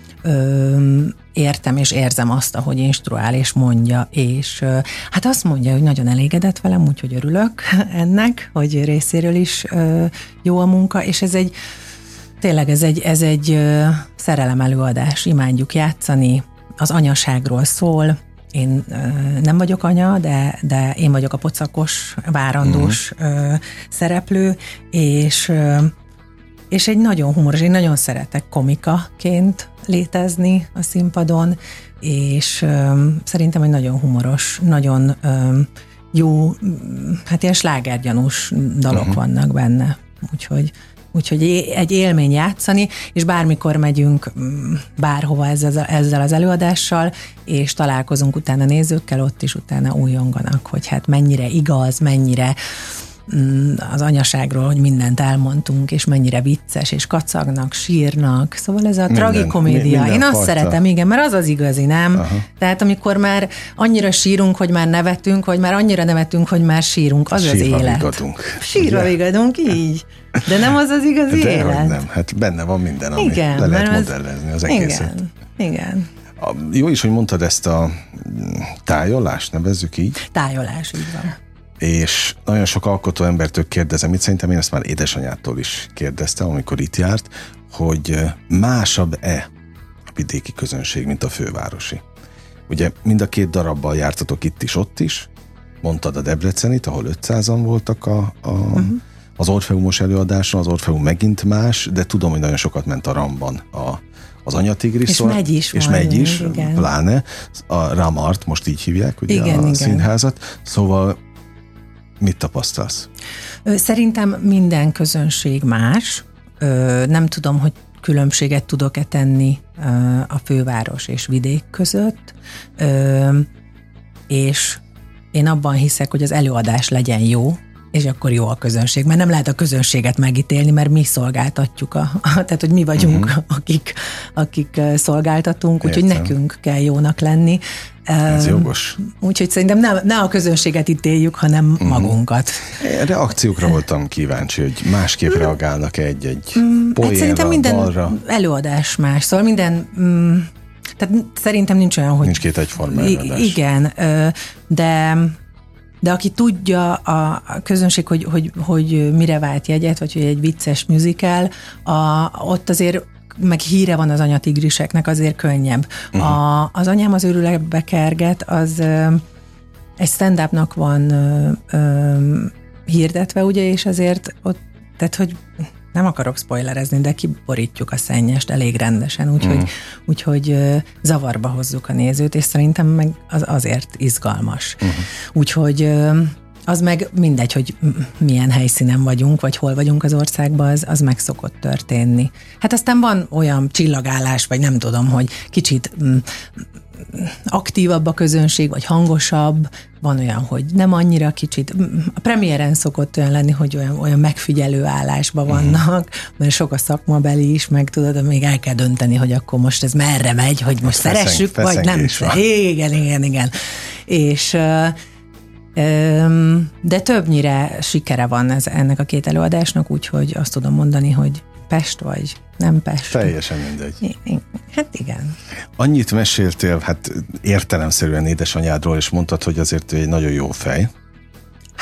Ö, értem és érzem azt, ahogy instruál és mondja, és ö, hát azt mondja, hogy nagyon elégedett velem, úgyhogy örülök ennek, hogy részéről is ö, jó a munka, és ez egy tényleg ez egy, ez egy ö, szerelem előadás, imádjuk játszani, az anyaságról szól, én ö, nem vagyok anya, de, de én vagyok a pocakos, várandós mm. ö, szereplő, és ö, és egy nagyon humoros, én nagyon szeretek komikaként létezni a színpadon, és öm, szerintem egy nagyon humoros, nagyon öm, jó, hát ilyen slágergyanús dalok uh-huh. vannak benne, úgyhogy, úgyhogy egy élmény játszani, és bármikor megyünk bárhova ezzel, ezzel az előadással, és találkozunk utána nézőkkel, ott is utána újonganak, hogy hát mennyire igaz, mennyire az anyaságról, hogy mindent elmondtunk, és mennyire vicces, és kacagnak, sírnak. Szóval ez a minden, tragikomédia. Minden Én azt fajta. szeretem, igen, mert az az igazi, nem? Aha. Tehát amikor már annyira sírunk, hogy már nevetünk, vagy már annyira nevetünk, hogy már sírunk, az Sírva az élet. Vigadunk. Sírva vigadunk, így. De nem az az igazi De élet? nem, hát benne van minden, ami igen, le lehet az, modellezni az egészet. Igen, igen. A, jó is, hogy mondtad ezt a tájolást, nevezzük így. Tájolás, így van. És nagyon sok alkotó embertől kérdezem, itt szerintem én ezt már édesanyától is kérdeztem, amikor itt járt, hogy másabb-e a vidéki közönség, mint a fővárosi. Ugye mind a két darabbal jártatok itt is, ott is, mondtad a Debrecenit, ahol ötszázan voltak a, a, uh-huh. az Orfeumos előadáson, az Orfeum megint más, de tudom, hogy nagyon sokat ment a Ramban a az Anyatigris, és szóval, megy is, és van, megy is, igen. pláne a Ramart, most így hívják, ugye igen, a igen. színházat, szóval mit tapasztalsz? Szerintem minden közönség más. Nem tudom, hogy különbséget tudok-e tenni a főváros és vidék között, és én abban hiszek, hogy az előadás legyen jó, és akkor jó a közönség, mert nem lehet a közönséget megítélni, mert mi szolgáltatjuk, a, a, tehát hogy mi vagyunk, uh-huh. akik, akik szolgáltatunk, úgyhogy nekünk kell jónak lenni. Ez jogos. Úgyhogy szerintem ne, ne a közönséget ítéljük, hanem uh-huh. magunkat. Reakciókra voltam kíváncsi, hogy másképp reagálnak egy-egy poénra, hát szerintem minden dalra. Előadás más, szóval minden... Mm, tehát szerintem nincs olyan, hogy... Nincs két egyforma előadás. Igen, de... De aki tudja a közönség, hogy, hogy, hogy mire vált jegyet, vagy hogy egy vicces musical, a, ott azért meg híre van az Anyatigriseknek, azért könnyebb. Uh-huh. A, az Anyám az őrületbe kerget, az ö, egy stand-upnak van ö, ö, hirdetve, ugye, és azért ott, tehát, hogy nem akarok spoilerezni, de kiborítjuk a szennyest elég rendesen, úgyhogy, mm. úgyhogy zavarba hozzuk a nézőt, és szerintem meg az azért izgalmas. Mm. Úgyhogy az meg mindegy, hogy milyen helyszínen vagyunk, vagy hol vagyunk az országban, az, az meg szokott történni. Hát aztán van olyan csillagállás, vagy nem tudom, hogy kicsit mm, aktívabb a közönség, vagy hangosabb, van olyan, hogy nem annyira kicsit. A premiéren szokott olyan lenni, hogy olyan, olyan megfigyelő állásban vannak, mert sok a szakmabeli is, meg tudod, még el kell dönteni, hogy akkor most ez merre megy, hogy most Feszeng, szeressük, vagy nem. Igen, igen, igen. És de többnyire sikere van ez, ennek a két előadásnak, úgyhogy azt tudom mondani, hogy Pest vagy nem Pest. Teljesen mindegy. Hát igen. Annyit meséltél, hát értelemszerűen édesanyádról, és mondtad, hogy azért egy nagyon jó fej.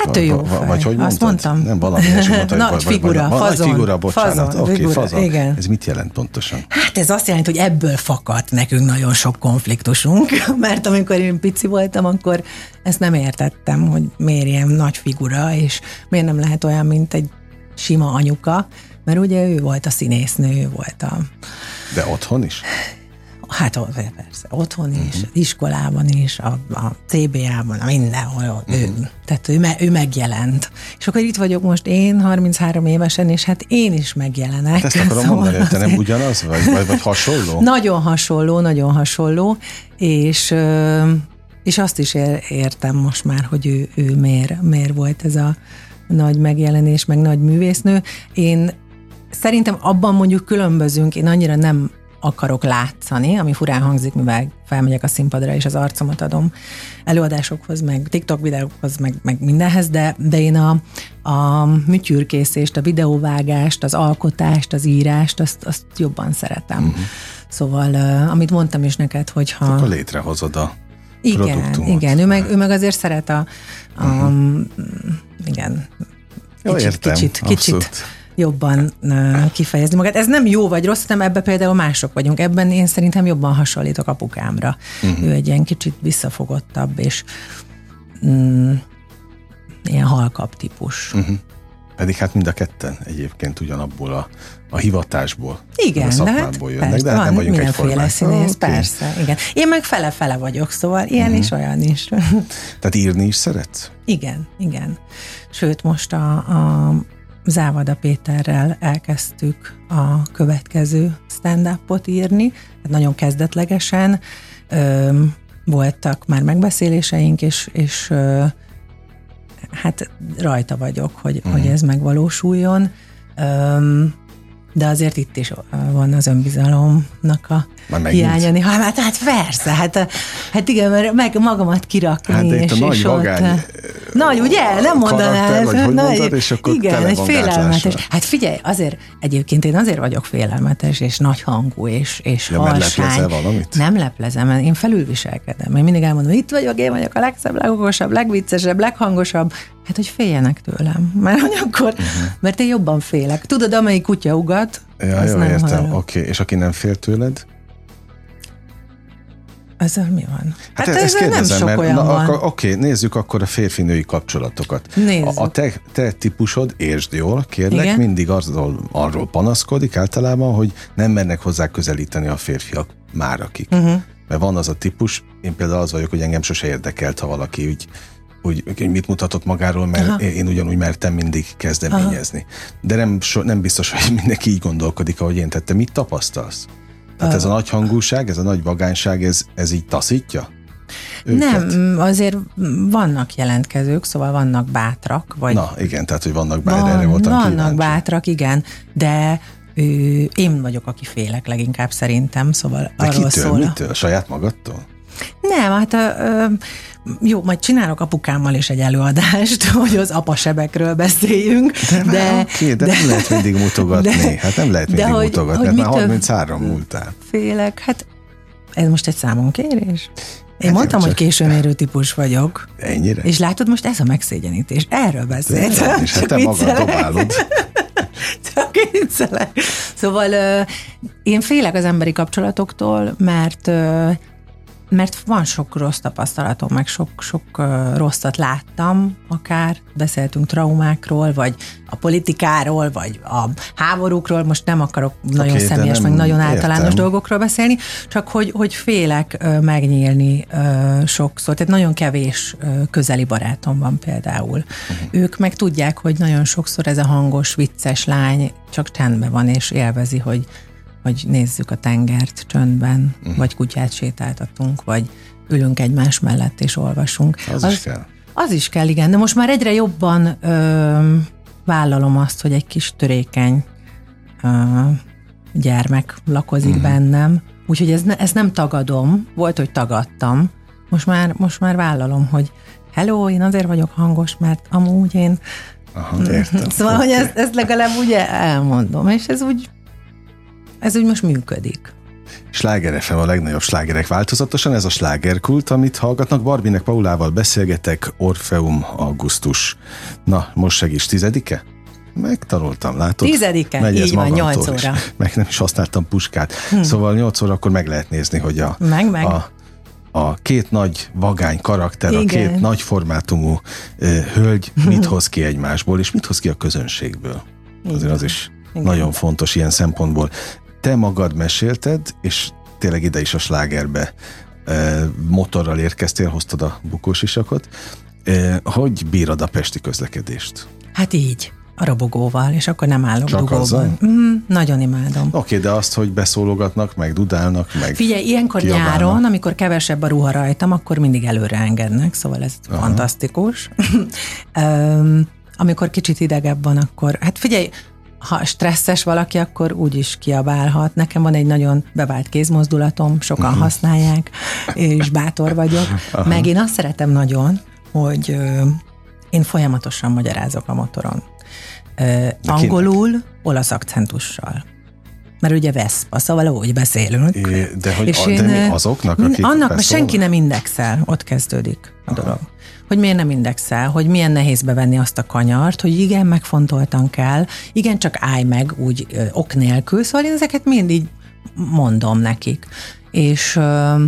Hát ő jó fej. Vagy hogy mondtad? Azt mondtam. Nem valami ilyesmi mondtad. Nagy figura, fazon. Nagy figura, bocsánat. Fazon, Oké, figura, fazon. igen. Ez mit jelent pontosan? Hát ez azt jelenti, hogy ebből fakadt nekünk nagyon sok konfliktusunk, mert amikor én pici voltam, akkor ezt nem értettem, hogy miért ilyen nagy figura, és miért nem lehet olyan, mint egy sima anyuka, mert ugye ő volt a színésznő, ő volt a... De otthon is? Hát persze, otthon is, uh-huh. iskolában is, a, a cé bé á-ban, mindenhol. Uh-huh. Ő, tehát ő, me, ő megjelent. És akkor itt vagyok most én, harminchárom évesen, és hát én is megjelenek. Hát ezt akarom szóval mondani, hogy te nem ugyanaz vagy, vagy, vagy hasonló? Nagyon hasonló, nagyon hasonló, és, és azt is értem most már, hogy ő, ő miért, miért volt ez a nagy megjelenés, meg nagy művésznő. Én szerintem abban mondjuk különbözünk, én annyira nem akarok látszani, ami furán hangzik, mivel felmegyek a színpadra, és az arcomat adom előadásokhoz, meg TikTok videókhoz, meg, meg mindenhez, de, de én a, a műtyürkészést, a videóvágást, az alkotást, az írást, azt, azt jobban szeretem. Uh-huh. Szóval, uh, amit mondtam is neked, hogyha... Akkor létrehozod a igen, produktumot. Igen, ő meg, ő meg azért szeret a... a uh-huh. Igen. Jó, kicsit, értem, kicsit, kicsit jobban uh, kifejezni magát. Ez nem jó vagy rossz, hanem ebben például mások vagyunk. Ebben én szerintem jobban hasonlítok apukámra. Uh-huh. Ő egy ilyen kicsit visszafogottabb, és mm, ilyen halkabb típus. Uh-huh. Pedig hát mind a ketten egyébként ugyanabból a, a hivatásból, igen, a szakmából de hát jönnek, persze, de hát nem vagyunk mindenféle színész, okay. Persze, igen. Én meg fele-fele vagyok, szóval ilyen uh-huh. is, olyan is. Tehát írni is szeretsz? Igen, igen. Sőt, most a, a Závada Péterrel elkezdtük a következő stand-upot írni, hát nagyon kezdetlegesen. Ö, voltak már megbeszéléseink, és, és ö, hát rajta vagyok, hogy, mm. hogy ez megvalósuljon. Ö, de azért itt is van az önbizalomnak a hiánya. Hát, hát persze, hát, hát igen, mert meg magamat kirakni. Hát de itt és, a nagy és vagány ott, nagy, ugye? Nem mondanád. Vagy hogy nagy, mondtad, és akkor igen, egy félelmetes. Hát figyelj, azért, egyébként én azért vagyok félelmetes, és nagy hangú, és, és ja, halsány. Leplezel valamit? Nem leplezem, én felülviselkedem. Én mindig elmondom, itt vagyok, én vagyok a legszebb, legokosabb, legviccesebb, leghangosabb. Hát, hogy féljenek tőlem. Mert hogy akkor, uh-huh. mert én jobban félek. Tudod, amelyik kutya ugat, ja, az jó, nem értem. hallok. Oké, okay. És aki nem fél tőled? Ezzel mi van? Hát, hát ezt kérdezem, nem sok mert, olyan na, van. Akkor, oké, nézzük akkor a férfi-női kapcsolatokat. Nézzük. A, a te, te típusod, értsd jól, kérlek, igen? mindig arról, arról panaszkodik általában, hogy nem mernek hozzá közelíteni a férfiak már akik. Uh-huh. Mert van az a típus, én például az vagyok, hogy engem sose érdekelt, ha valaki úgy Úgy, hogy mit mutatott magáról, mert aha. én ugyanúgy mertem mindig kezdeményezni. Aha. De nem, so, nem biztos, hogy mindenki így gondolkodik, ahogy én tettem. Mit tapasztalsz? Tehát ez a nagy hangúság, ez a nagy vagányság, ez, ez így taszítja őket? Nem, azért vannak jelentkezők, szóval vannak bátrak. Vagy Na igen, tehát hogy vannak bátrak, van, erre voltam Vannak kíváncsi. bátrak, igen, de ő, én vagyok, aki félek leginkább szerintem, szóval de arról kitől, szól. mitől? A saját magadtól? Nem, hát ö, jó, majd csinálok apukámmal is egy előadást, hogy az apasebekről beszéljünk. De, de, oké, de, de nem lehet mindig mutogatni. De, hát nem lehet mindig hogy, mutogatni, hogy mert már harminchárom múltál. Félek, hát ez most egy számonkérés? Én hát mondtam, hogy későn típus vagyok. Ennyire? És látod, most ez a megszégyenítés. Erről beszéltem. És hát te magad dobálod. Csak viccelek. Szóval uh, én félek az emberi kapcsolatoktól, mert uh, mert van sok rossz tapasztalatom, meg sok, sok uh, rosszat láttam, akár beszéltünk traumákról, vagy a politikáról, vagy a háborúkról, most nem akarok nagyon okay, személyes, meg nagyon általános értem. dolgokról beszélni, csak hogy, hogy félek uh, megnyílni uh, sokszor, tehát nagyon kevés uh, közeli barátom van például. Uh-huh. Ők meg tudják, hogy nagyon sokszor ez a hangos, vicces lány csak csendben van, és élvezi, hogy hogy nézzük a tengert csöndben, uh-huh. vagy kutyát sétáltatunk, vagy ülünk egymás mellett és olvasunk. Az, az is kell. Az is kell, igen. De most már egyre jobban ö, vállalom azt, hogy egy kis törékeny ö, gyermek lakozik uh-huh. bennem. Úgyhogy ez ne, ezt nem tagadom. Volt, hogy tagadtam. Most már, most már vállalom, hogy hello, én azért vagyok hangos, mert amúgy én... Aha, értem. Szóval, okay. hogy ezt, ezt legalább ugye elmondom, és ez úgy Ez úgy most működik. Sláger ef em a legnagyobb slágerek változatosan, ez a slágerkult, amit hallgatnak. Barbinek Paulával beszélgetek, Orfeum Augusztus. Na, most segíts, tizedike? Megtanultam, látod? Tizedike, Megy ez így van, nyolc is. óra. Meg nem is használtam puskát. Hm. Szóval nyolc óra akkor meg lehet nézni, hogy a, meg, meg. a, a két nagy vagány karakter, igen. a két nagy formátumú uh, hölgy mit hoz ki egymásból, és mit hoz ki a közönségből. Igen. Azért az is igen. nagyon fontos ilyen szempontból. Te magad mesélted, és tényleg ide is a slágerbe uh, motorral érkeztél, hoztad a bukósisakot. Uh, hogy bírod a pesti közlekedést? Hát így. A robogóval, és akkor nem állok Csak dugóban. Mm, nagyon imádom. Oké, okay, de azt, hogy beszólogatnak, meg dudálnak, meg Figyelj, ilyenkor kiabálnak. Nyáron, amikor kevesebb a ruha rajtam, akkor mindig előre engednek, szóval ez Aha. fantasztikus. um, amikor kicsit idegebb van, akkor, hát figyelj, ha stresszes valaki, akkor úgy is kiabálhat. Nekem van egy nagyon bevált kézmozdulatom, sokan uh-huh. használják, és bátor vagyok. Aha. Meg én azt szeretem nagyon, hogy uh, én folyamatosan magyarázok a motoron. Uh, angolul, olasz akcentussal. Mert ugye Vespa, szóval úgy beszélünk. É, de hogy a, de mi azoknak, akik annak, mert senki nem indexel, ott kezdődik a Aha. dolog. Hogy miért nem indexel, hogy milyen nehéz bevenni azt a kanyart, hogy igen, megfontoltan kell, igen, csak állj meg úgy ö, ok nélkül, szóval én ezeket mindig mondom nekik. És ö,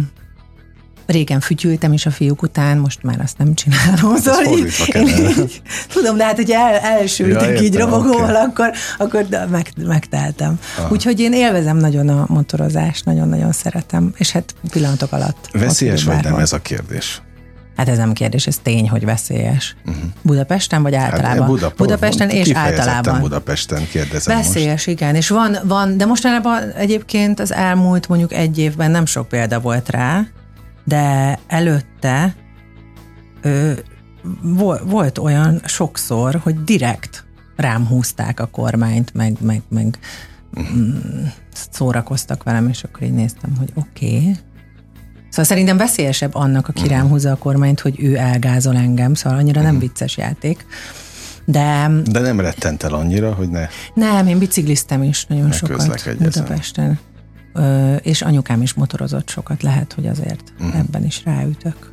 régen fütyültem is a fiúk után, most már azt nem csinálom. Szóval így, én, így, tudom, de hát, hogy el, elsültek ja, így robogóval, okay. akkor, akkor meg, megteltem. Aha. Úgyhogy én élvezem nagyon a motorozást, nagyon-nagyon szeretem, és hát pillanatok alatt. Veszélyes vagy nem ez a kérdés? Hát ez nem kérdés, ez tény, hogy veszélyes. Uh-huh. Budapesten vagy általában? Hát Budapest, Budapesten és általában. Budapesten kérdezem Veszélyes, most. igen, és van, van, de mostanában egyébként az elmúlt mondjuk egy évben nem sok példa volt rá, de előtte ö, volt olyan sokszor, hogy direkt rám húzták a kormányt, meg, meg, meg uh-huh. szórakoztak velem, és akkor így néztem, hogy oké. Okay. Szóval szerintem veszélyesebb annak, aki uh-huh. rám húzza a kormányt, hogy ő elgázol engem, szóval annyira uh-huh. nem vicces játék. De, de nem rettent el annyira, hogy ne... Nem, én bicikliztem is nagyon sokat Budapesten. Ö, és anyukám is motorozott sokat, lehet, hogy azért uh-huh. ebben is ráütök.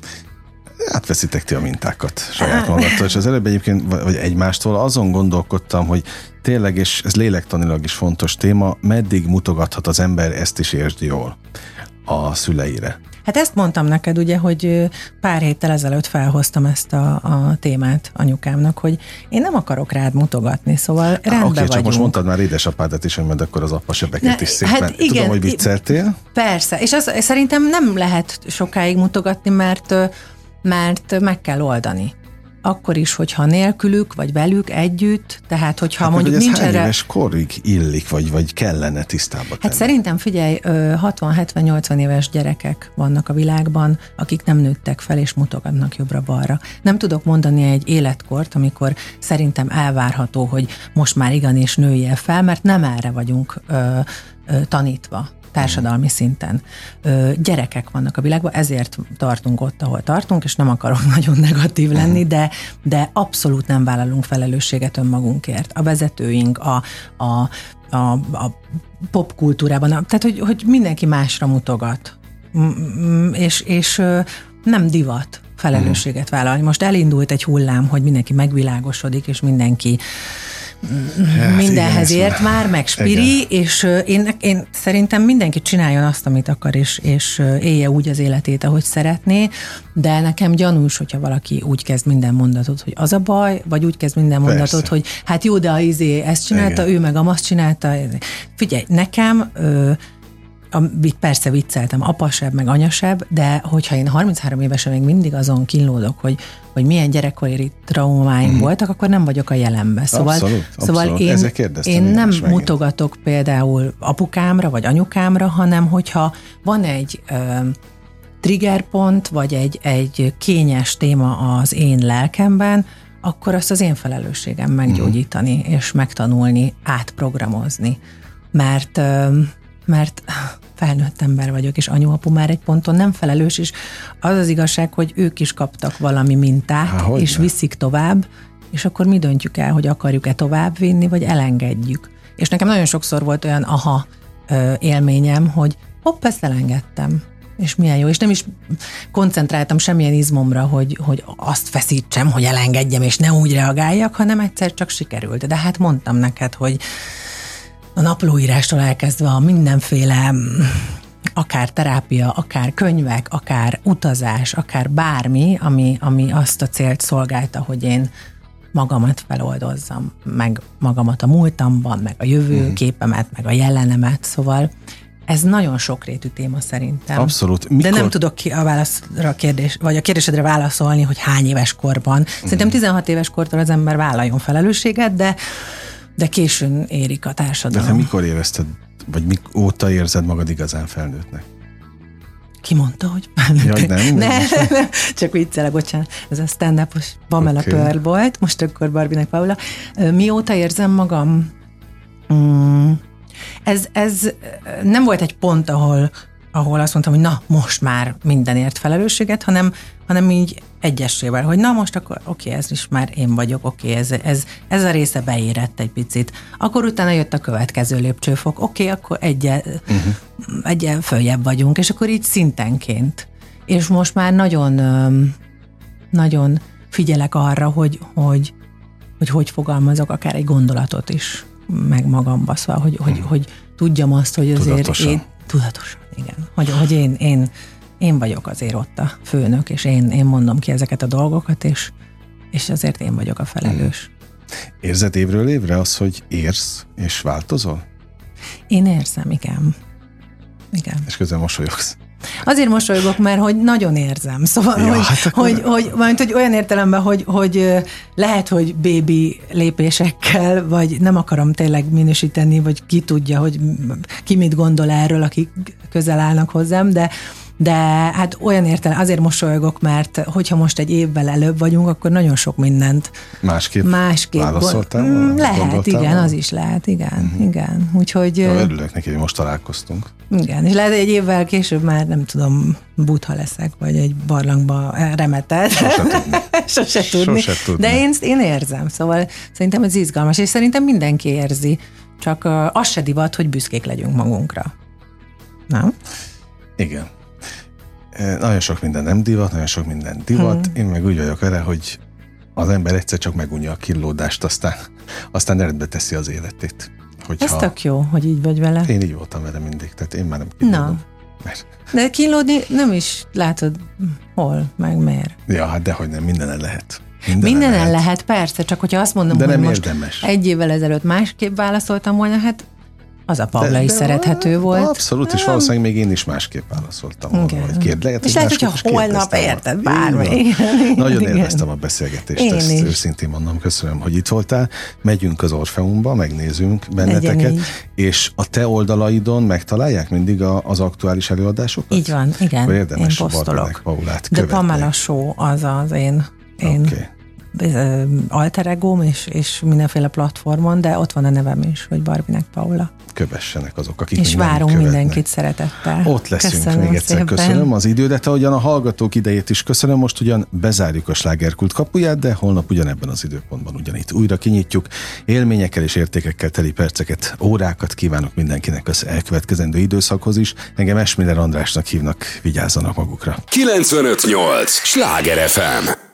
Átveszitek ti a mintákat saját magattól, és az előbb egyébként, vagy egymástól azon gondolkodtam, hogy tényleg, és ez lélektanilag is fontos téma, meddig mutogathat az ember, ezt is értsd jól a szüleire. Hát ezt mondtam neked ugye, hogy pár héttel ezelőtt felhoztam ezt a, a témát anyukámnak, hogy én nem akarok rád mutogatni, szóval rendben Oké, okay, csak most mondtad már édesapádat is, hogy majd akkor az apa sebeket ne, is szépen. Hát igen, tudom, hogy vicceltél. Persze, és az, szerintem nem lehet sokáig mutogatni, mert, mert meg kell oldani. Akkor is, hogyha nélkülük, vagy velük együtt, tehát hogyha hát mondjuk nincs nincs erre... erre... éves korig illik, vagy, vagy kellene tisztába tenni? Hát szerintem figyelj, hatvan-hetven-nyolcvan éves gyerekek vannak a világban, akik nem nőttek fel, és mutogatnak jobbra-balra. Nem tudok mondani egy életkort, amikor szerintem elvárható, hogy most már igenis nőjél fel, mert nem erre vagyunk ö, ö, tanítva. Társadalmi szinten. Ö, gyerekek vannak a világban, ezért tartunk ott, ahol tartunk, és nem akarok nagyon negatív lenni, de, de abszolút nem vállalunk felelősséget önmagunkért. A vezetőink, a, a, a, a popkultúrában, tehát hogy, hogy mindenki másra mutogat. És, és nem divat felelősséget vállalni. Most elindult egy hullám, hogy mindenki megvilágosodik, és mindenki Hát mindenhez igen, ért már, meg spiri, igen. és én, én szerintem mindenki csináljon azt, amit akar, és, és élje úgy az életét, ahogy szeretné, de nekem gyanús, hogyha valaki úgy kezd minden mondatot, hogy az a baj, vagy úgy kezd minden mondatot, Persze. hogy hát jó, de a izé ezt csinálta, igen. ő meg azt csinálta. Figyelj, nekem ö, a, persze vicceltem, apasebb, meg anyasebb, de hogyha én harminchárom évesen még mindig azon kínlódok, hogy, hogy milyen gyerekkori traumáim mm-hmm. voltak, akkor nem vagyok a jelenben. Szóval, abszolút, szóval abszolút. én, én nem mutogatok például apukámra, vagy anyukámra, hanem hogyha van egy ö, triggerpont, vagy egy, egy kényes téma az én lelkemben, akkor azt az én felelősségem meggyógyítani, mm-hmm. és megtanulni, átprogramozni. Mert, ö, mert felnőtt ember vagyok, és anyu-apu már egy ponton nem felelős, és az az igazság, hogy ők is kaptak valami mintát, Há, és ne? viszik tovább, és akkor mi döntjük el, hogy akarjuk-e tovább vinni, vagy elengedjük. És nekem nagyon sokszor volt olyan aha élményem, hogy hopp, ezt elengedtem. És milyen jó, és nem is koncentráltam semmilyen izmomra, hogy, hogy azt feszítsem, hogy elengedjem, és ne úgy reagáljak, hanem egyszer csak sikerült. De hát mondtam neked, hogy a naplóírástól elkezdve a mindenféle, akár terápia, akár könyvek, akár utazás, akár bármi, ami, ami azt a célt szolgálta, hogy én magamat feloldozzam, meg magamat a múltamban, meg a jövőképemet, meg a jelenemet, szóval ez nagyon sokrétű téma szerintem. Abszolút. Mikor... De nem tudok ki a válaszra kérdés, vagy a kérdésedre válaszolni, hogy hány éves korban. Szerintem tizenhat éves kortól az ember vállaljon felelősséget, de, de későn érik a társadalom. De te mikor érezted, vagy mik óta érzed magad igazán felnőttnek? Ki mondta, hogy Jaj, nem? ne, nem, csak viccelek, bocsánat. Ez a stand-upos Pamela okay. Pearl volt, most akkor Barbinek Paula. Mióta érzem magam? Mm, ez, ez nem volt egy pont, ahol, ahol azt mondtam, hogy na, most már mindenért felelősséget, hanem, hanem így egyesével, hogy na most akkor oké, okay, ez is már én vagyok, oké, okay, ez, ez, ez a része beérett egy picit. Akkor utána jött a következő lépcsőfok, oké, okay, akkor egyel, uh-huh. egyel följebb vagyunk, és akkor így szintenként. És most már nagyon, nagyon figyelek arra, hogy hogy, hogy, hogy fogalmazok akár egy gondolatot is meg magamba, szóval, hogy, uh-huh. hogy, hogy tudjam azt, hogy azért tudatosan. Én, tudatosan, igen, hogy, hogy én, én Én vagyok azért ott a főnök, és én, én mondom ki ezeket a dolgokat, és, és azért én vagyok a felelős. Érzed évről évre az, hogy érsz és változol? Én érzem, igen. igen. És közben mosolyogsz. Azért mosolygok, mert hogy nagyon érzem. Szóval, ja, hogy, hát akkor... hogy, hogy, hogy, hogy olyan értelemben, hogy, hogy lehet, hogy bébi lépésekkel, vagy nem akarom tényleg minősíteni, vagy ki tudja, hogy ki mit gondol erről, akik közel állnak hozzám, de De hát olyan értelem, azért mosolygok, mert hogyha most egy évvel előbb vagyunk, akkor nagyon sok mindent másképp, másképp válaszoltál? Gond... Lehet, igen, volna? Az is lehet, igen, uh-huh. igen. Úgyhogy... Ja, örülök neki, hogy most találkoztunk. Igen, és lehet, egy évvel később már nem tudom, buddha leszek, vagy egy barlangba remeted. Sose tudni. Sose tudni. Sose tudni. De én, én érzem, szóval szerintem ez izgalmas, és szerintem mindenki érzi, csak uh, az se divat, hogy büszkék legyünk magunkra. Nem? Igen. Nagyon sok minden nem divat, nagyon sok minden divat. Hmm. Én meg úgy vagyok vele, hogy az ember egyszer csak megunja a kínlódást, aztán, aztán rendbe teszi az életét. Hogyha... Ez tök jó, hogy így vagy vele. Én így voltam vele mindig, tehát én már nem kínlódom. Mert... De kínlódni nem is látod hol, meg miért. Ja, hát dehogy nem, mindenen lehet. Mindenen, mindenen lehet. lehet, persze, csak hogyha azt mondom, de hogy nem most érdemes. Egy évvel ezelőtt másképp válaszoltam volna, hát az a Paula de, is de szerethető volt. Abszolút, és valószínűleg még én is másképp válaszoltam volna, vagy kérd, lehet, és lehet, hogyha holnap érted bármi. Nagyon igen. Élveztem a beszélgetést, én ezt is. Őszintén mondom, köszönöm, hogy itt voltál. Megyünk az Orfeumba, megnézünk benneteket, és a te oldalaidon megtalálják mindig a, az aktuális előadásokat? Így van, igen, érdemes én posztolok. Paulát de Pamela Show az az én, én okay. alter egóm, és, és mindenféle platformon, de ott van a nevem is, hogy Barbinek Paula. Kövessenek azok, akik és várunk mindenkit szeretettel. Ott leszünk, köszönöm még egyszer szépen. Köszönöm az idődet, ahogyan a hallgatók idejét is köszönöm, most ugyan bezárjuk a Slágerkult kapuját, de holnap ugyanebben az időpontban ugyanitt újra kinyitjuk. Élményekkel és értékekkel teli perceket, órákat kívánok mindenkinek az elkövetkezendő időszakhoz is. Engem Esmiller Andrásnak hívnak, vigyázzanak magukra. kilencvenöt nyolc Sláger ef em